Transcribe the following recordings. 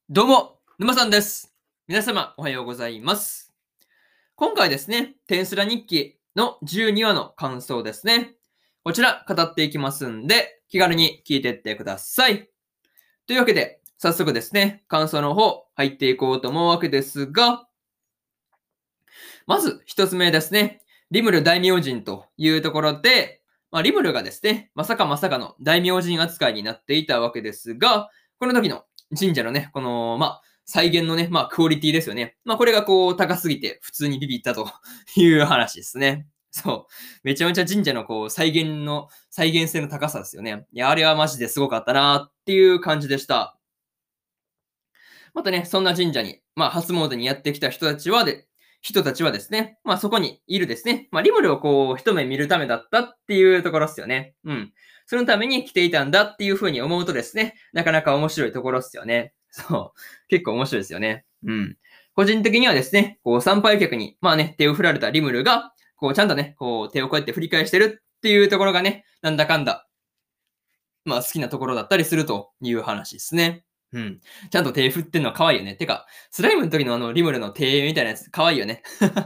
どうも、沼さんです。皆様、おはようございます。今回ですね、テンスラ日記の12話の感想ですね。こちら、語っていきますんで、気軽に聞いていってください。というわけで、早速ですね、感想の方、入っていこうと思うわけですが、まず、一つ目ですね、リムル大明神というところで、リムルがですね、まさかまさかの大明神扱いになっていたわけですが、この時の神社のね、再現のね、クオリティですよね。これがこう、高すぎて、普通にビビったという話ですね。そう。めちゃめちゃ神社のこう、再現性の高さですよね。いや、あれはマジですごかったなっていう感じでした。またね、そんな神社に、初詣にやってきた人たちはですね、そこにいるですね、リムルをこう、一目見るためだったっていうところですよね。うん。そのために来ていたんだっていう風に思うとですね、なかなか面白いところですよね。そう。結構面白いですよね。うん。個人的にはですね、こう、参拝客に、手を振られたリムルが、こう、ちゃんとね、こう、手をこうやって振り返してるっていうところがね、なんだかんだ、好きなところだったりするという話ですね。うん。ちゃんと手振ってんのは可愛いよね。てか、スライムの時のリムルの手みたいなやつ可愛いよね。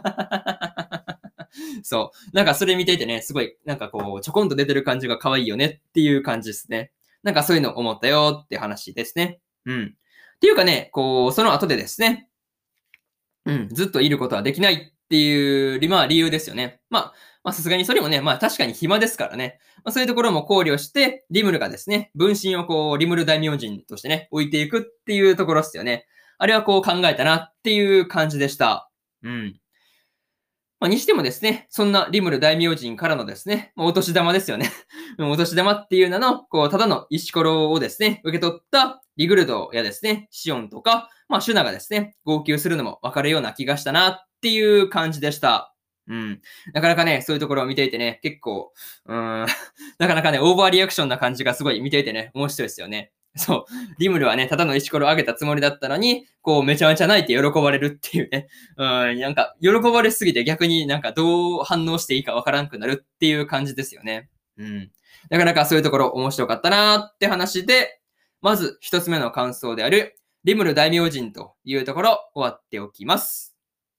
そう。なんかそれ見ていてね、すごい、なんかこう、ちょこんと出てる感じが可愛いよねっていう感じですね。なんかそういうの思ったよって話ですね。うん。っていうかね、こう、その後でですね、うん、ずっといることはできないっていう理由ですよね。さすがにそれもね、確かに暇ですからね。そういうところも考慮して、リムルがですね、分身をこう、リムル大明神としてね、置いていくっていうところですよね。あれはこう考えたなっていう感じでした。うん。にしてもですね、そんなリムル大明神からのですね、お年玉ですよね。お年玉っていう名の、こう、ただの石ころをですね、受け取ったリグルドやですね、シオンとか、シュナがですね、号泣するのもわかるような気がしたなっていう感じでした。うん。なかなかね、そういうところを見ていてね、結構、なかなかね、オーバーリアクションな感じがすごい見ていてね、面白いですよね。そう。リムルはね、ただの石ころをあげたつもりだったのに、こう、めちゃめちゃ泣いて喜ばれるっていうね。なんか、喜ばれすぎて逆になんかどう反応していいかわからんくなるっていう感じですよね。うん。なかなかそういうところ面白かったなーって話で、まず一つ目の感想である、リムル大明神というところ終わっておきます。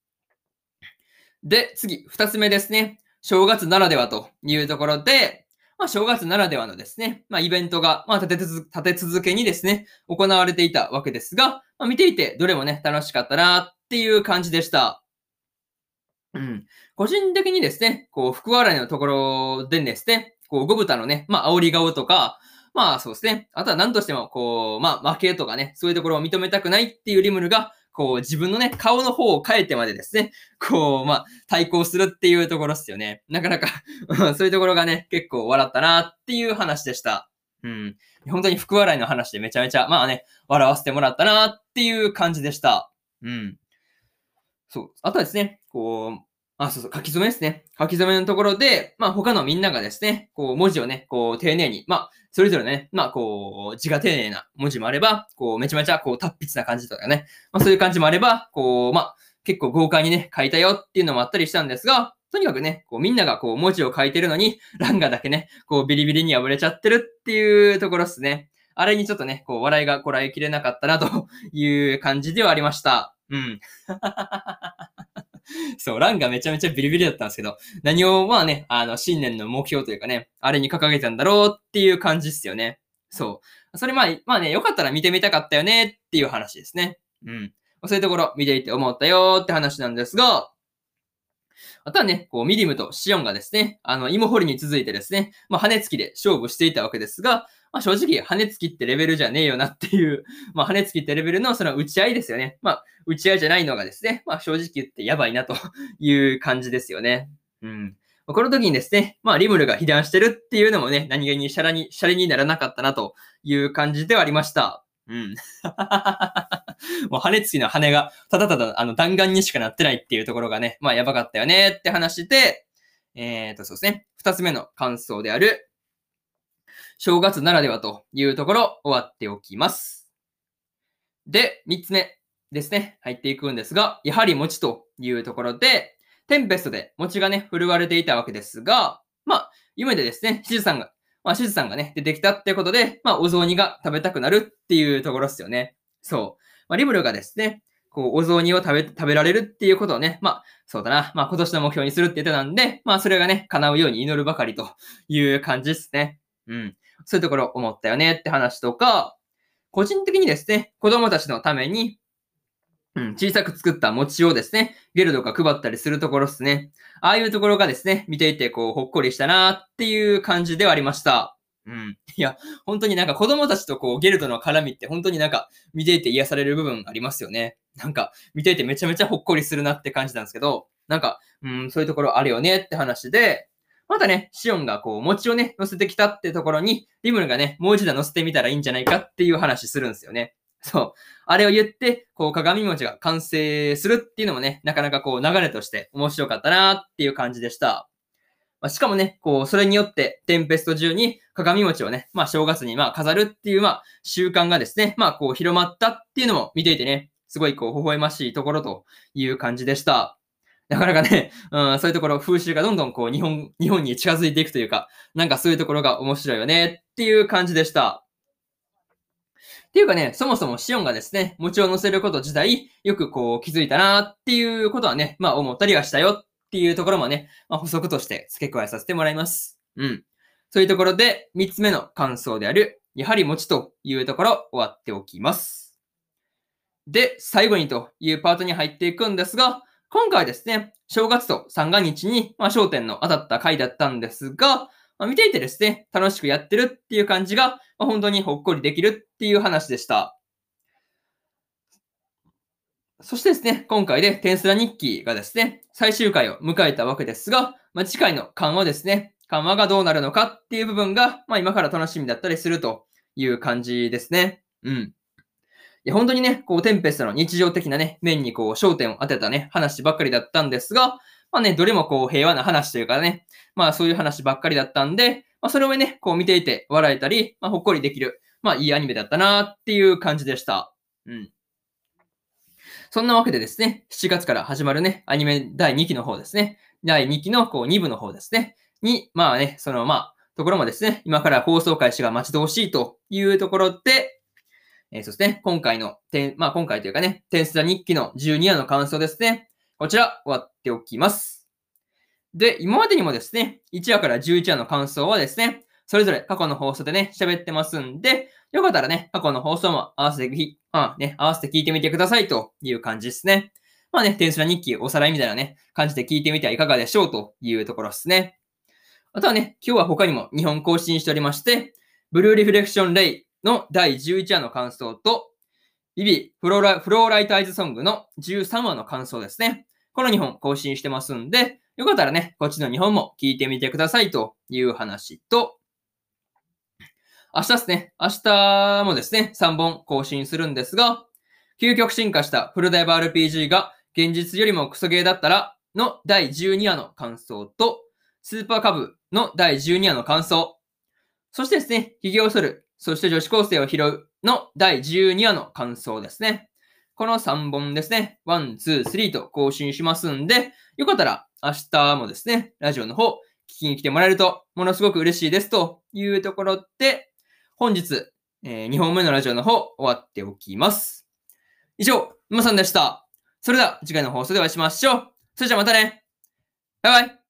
で、次、二つ目ですね。正月ならではというところで、正月ならではのですね、イベントが、立て続けにですね、行われていたわけですが、見ていてどれもね、楽しかったなっていう感じでした。うん。個人的にですね、こう、福笑いのところでですね、こう、ゴブタのね、煽り顔とか、そうですね。あとは何としても、こう、負けとかね、そういうところを認めたくないっていうリムルが、こう、自分のね、顔の方を変えてまでですね、こう、対抗するっていうところっすよね。なかなかそういうところがね、結構笑ったなっていう話でした。うん。本当に福笑いの話でめちゃめちゃ、笑わせてもらったなっていう感じでした。うん。そう。あとはですね、こう、そうそう、書き初めですね。書き初めのところで、他のみんながですね、こう、文字をね、こう、丁寧に、それぞれね、こう、字が丁寧な文字もあれば、こう、めちゃめちゃ、こう、達筆な感じとかね、そういう感じもあれば、こう、結構豪快にね、書いたよっていうのもあったりしたんですが、とにかくね、こう、みんながこう、文字を書いてるのに、ランガだけね、こう、ビリビリに破れちゃってるっていうところですね。あれにちょっとね、こう、笑いがこらえきれなかったなという感じではありました。うん。そう、ランがめちゃめちゃビリビリだったんですけど、何を新年の目標というかね、あれに掲げたんだろうっていう感じっすよね。そう。それよかったら見てみたかったよねっていう話ですね。うん。そういうところ見ていて思ったよって話なんですが、あとはね、こう、ミリムとシオンがですね、芋掘りに続いてですね、羽根つきで勝負していたわけですが、正直、羽根つきってレベルじゃねえよなっていう、羽根つきってレベルのその打ち合いですよね。打ち合いじゃないのがですね、正直言ってやばいなという感じですよね。うん。この時にですね、リムルが被弾してるっていうのもね、何気にシャレにならなかったなという感じではありました。うん。もう羽つきの羽が、ただただ弾丸にしかなってないっていうところがね、やばかったよねって話で、そうですね。二つ目の感想である、正月ならではというところ、終わっておきます。で、三つ目ですね。入っていくんですが、やはり餅というところで、テンペストで餅がね、振るわれていたわけですが、夢でですね、しずさんがね、出てきたってことで、お雑煮が食べたくなるっていうところですよね。そう。 リムルがですね、お雑煮を食べられるっていうことをね、そうだな、今年の目標にするって言ってたんで、それがね、叶うように祈るばかりという感じですね。うん。そういうところ思ったよねって話とか、個人的にですね、子供たちのために、小さく作った餅をですね、ゲルドが配ったりするところですね。ああいうところがですね、見ていてほっこりしたなっていう感じではありました。いや、本当に子供たちとゲルドの絡みって本当に見ていて癒される部分ありますよね。見ていてめちゃめちゃほっこりするなって感じなんですけど、そういうところあるよねって話で、またね、シオンが餅をね、乗せてきたってところに、リムルがね、もう一度乗せてみたらいいんじゃないかっていう話するんですよね。そう。あれを言って、鏡餅が完成するっていうのもね、なかなか流れとして面白かったなっていう感じでした。しかもね、それによって、テンペスト中に鏡餅をね、正月に飾るっていう、習慣がですね、広まったっていうのも見ていてね、すごい微笑ましいところという感じでした。なかなかね、そういうところ、風習がどんどん日本に近づいていくというか、そういうところが面白いよねっていう感じでした。っていうかね、そもそもシオンがですね、餅を乗せること自体、よく気づいたなっていうことはね、思ったりはしたよっていうところもね、補足として付け加えさせてもらいます。そういうところで、3つ目の感想である、やはり餅というところ、終わっておきます。で、最後にというパートに入っていくんですが、今回ですね、正月と三が日に、焦点の当たった回だったんですが、見ていてですね、楽しくやってるっていう感じが、本当にほっこりできるっていう話でした。そしてですね、今回でテンスラ日記がですね、最終回を迎えたわけですが、次回の緩和ですね、緩和がどうなるのかっていう部分が、今から楽しみだったりするという感じですね。いや、本当にね、テンペストの日常的なね、面に焦点を当てたね、話ばっかりだったんですが、どれも平和な話というかね、そういう話ばっかりだったんで、それをね、見ていて笑えたり、ほっこりできる、いいアニメだったなっていう感じでした。そんなわけでですね、7月から始まるね、アニメ第2期の方ですね、第2期の2部の方ですね、に、ところもですね、今から放送開始が待ち遠しいというところで、そしてね、今回というかね、テンスラ日記の12話の感想ですね。こちら、終わっておきます。で、今までにもですね、1話から11話の感想はですね、それぞれ過去の放送でね、喋ってますんで、よかったらね、過去の放送も合わせて聞いてみてくださいという感じですね。テンスラ日記おさらいみたいなね、感じで聞いてみてはいかがでしょうというところですね。あとはね、今日は他にも2本更新しておりまして、ブルーリフレクションレイの第11話の感想と、ビビフローライターズソングの13話の感想ですね。この2本更新してますんで、よかったらね、こっちの2本も聞いてみてくださいという話と、明日ですね、明日もですね、3本更新するんですが、究極進化したフルダイバー RPG が現実よりもクソゲーだったらの第12話の感想と、スーパーカブの第12話の感想、そしてですね、髭を剃る、そして女子高生を拾うの第12話の感想ですね。この3本ですね、1、2、3と更新しますんで、よかったら明日もですね、ラジオの方、聞きに来てもらえると、ものすごく嬉しいですというところで、本日、2本目のラジオの方、終わっておきます。以上、沼さんでした。それでは次回の放送でお会いしましょう。それじゃあまたね。バイバイ。